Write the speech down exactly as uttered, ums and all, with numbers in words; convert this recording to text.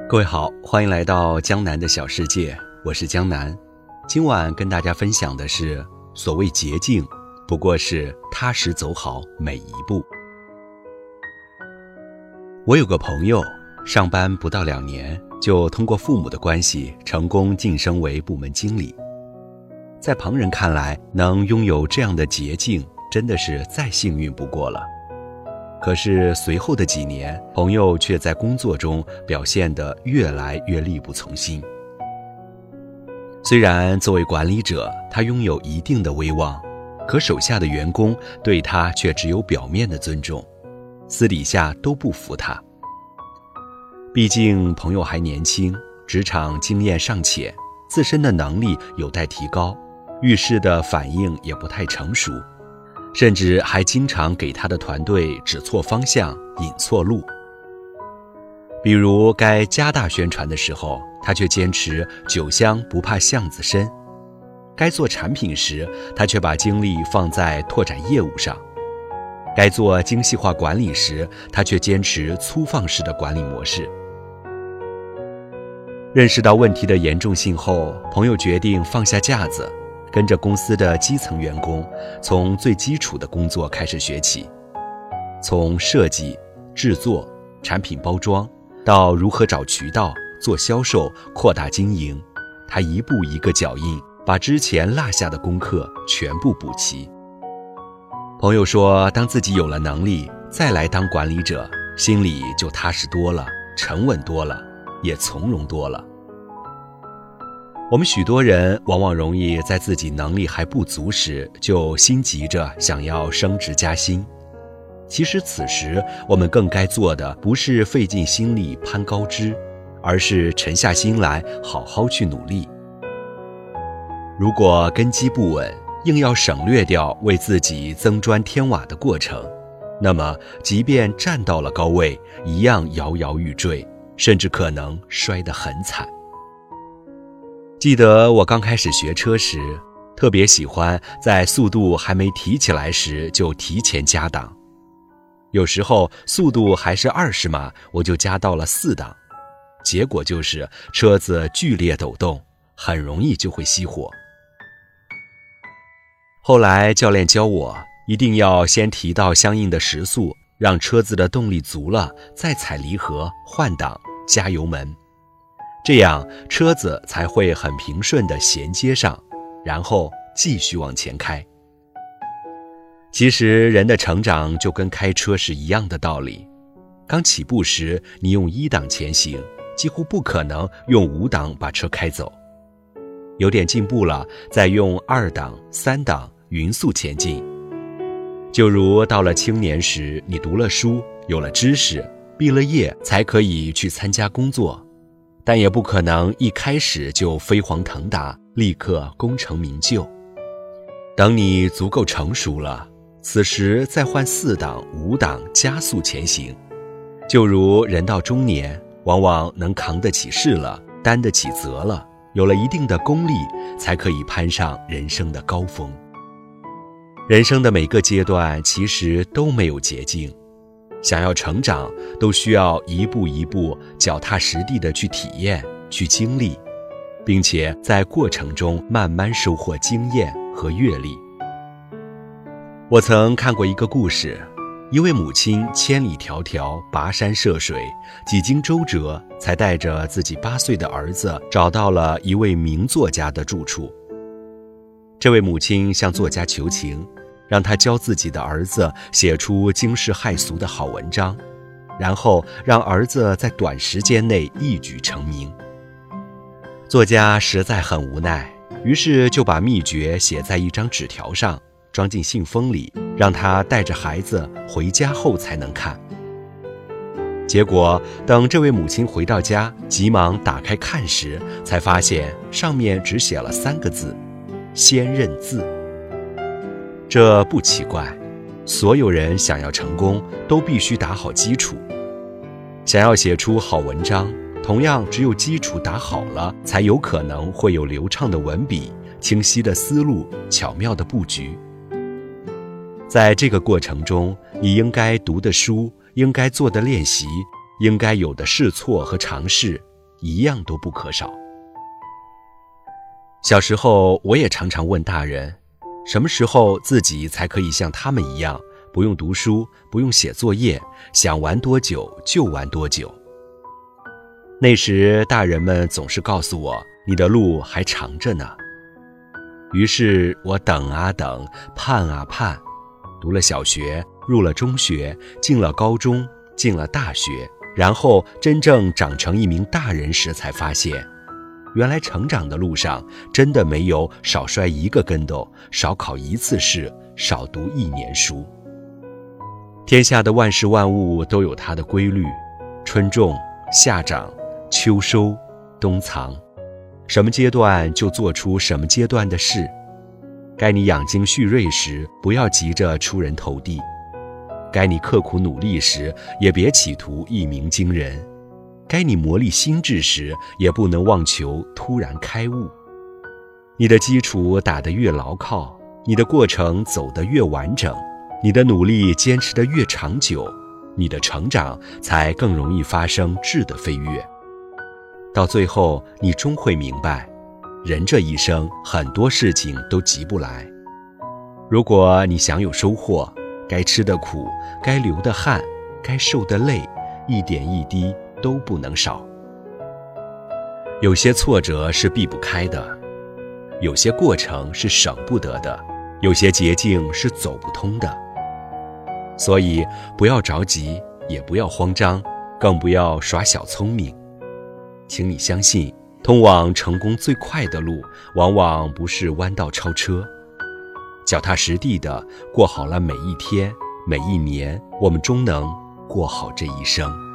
各位好，欢迎来到江南的小世界，我是江南。今晚跟大家分享的是，所谓捷径，不过是踏实走好每一步。我有个朋友，上班不到两年，就通过父母的关系，成功晋升为部门经理。在旁人看来，能拥有这样的捷径，真的是再幸运不过了。可是随后的几年，朋友却在工作中表现得越来越力不从心。虽然作为管理者，他拥有一定的威望，可手下的员工对他却只有表面的尊重，私底下都不服他。毕竟朋友还年轻，职场经验尚浅，自身的能力有待提高，遇事的反应也不太成熟，甚至还经常给他的团队指错方向，引错路。比如该加大宣传的时候，他却坚持酒香不怕巷子深；该做产品时，他却把精力放在拓展业务上；该做精细化管理时，他却坚持粗放式的管理模式。认识到问题的严重性后，朋友决定放下架子，跟着公司的基层员工，从最基础的工作开始学起，从设计、制作、产品包装，到如何找渠道、做销售、扩大经营，他一步一个脚印，把之前落下的功课全部补齐。朋友说，当自己有了能力，再来当管理者，心里就踏实多了，沉稳多了，也从容多了。我们许多人往往容易在自己能力还不足时，就心急着想要升职加薪。其实此时我们更该做的，不是费尽心力攀高枝，而是沉下心来好好去努力。如果根基不稳，硬要省略掉为自己增砖添瓦的过程，那么即便站到了高位，一样摇摇欲坠，甚至可能摔得很惨。记得我刚开始学车时，特别喜欢在速度还没提起来时就提前加档。有时候速度还是二十码，我就加到了四档，结果就是车子剧烈抖动，很容易就会熄火。后来教练教我，一定要先提到相应的时速，让车子的动力足了，再踩离合、换挡、加油门。这样车子才会很平顺地衔接上，然后继续往前开。其实人的成长就跟开车是一样的道理，刚起步时你用一档前行，几乎不可能用五档把车开走。有点进步了，再用二档、三档匀速前进。就如到了青年时，你读了书，有了知识，毕了业，才可以去参加工作。但也不可能一开始就飞黄腾达，立刻功成名就。等你足够成熟了，此时再换四档、五档加速前行。就如人到中年，往往能扛得起事了，担得起责了，有了一定的功力，才可以攀上人生的高峰。人生的每个阶段其实都没有捷径，想要成长，都需要一步一步脚踏实地地去体验、去经历，并且在过程中慢慢收获经验和阅历。我曾看过一个故事，一位母亲千里迢迢跋山涉水，几经周折，才带着自己八岁的儿子找到了一位名作家的住处。这位母亲向作家求情，让他教自己的儿子写出惊世骇俗的好文章，然后让儿子在短时间内一举成名。作家实在很无奈，于是就把秘诀写在一张纸条上，装进信封里，让他带着孩子回家后才能看。结果等这位母亲回到家，急忙打开看时，才发现上面只写了三个字：先认字。这不奇怪，所有人想要成功，都必须打好基础。想要写出好文章，同样只有基础打好了，才有可能会有流畅的文笔、清晰的思路、巧妙的布局。在这个过程中，你应该读的书，应该做的练习，应该有的试错和尝试， 一样都不可少。小时候，我也常常问大人，什么时候自己才可以像他们一样，不用读书，不用写作业，想玩多久就玩多久。那时大人们总是告诉我，你的路还长着呢。于是我等啊等，盼啊盼，读了小学，入了中学，进了高中，进了大学，然后真正长成一名大人时，才发现原来成长的路上真的没有少摔一个跟斗，少考一次试，少读一年书。天下的万事万物都有它的规律，春种，夏长，秋收，冬藏，什么阶段就做出什么阶段的事。该你养精蓄锐时，不要急着出人头地；该你刻苦努力时，也别企图一鸣惊人；该你磨砺心智时，也不能妄求突然开悟。你的基础打得越牢靠，你的过程走得越完整，你的努力坚持得越长久，你的成长才更容易发生质的飞跃。到最后，你终会明白，人这一生很多事情都急不来。如果你想有收获，该吃的苦，该流的汗，该受的累，一点一滴都不能少。有些挫折是避不开的，有些过程是省不得的，有些捷径是走不通的。所以不要着急，也不要慌张，更不要耍小聪明。请你相信，通往成功最快的路，往往不是弯道超车。脚踏实地的过好了每一天，每一年，我们终能过好这一生。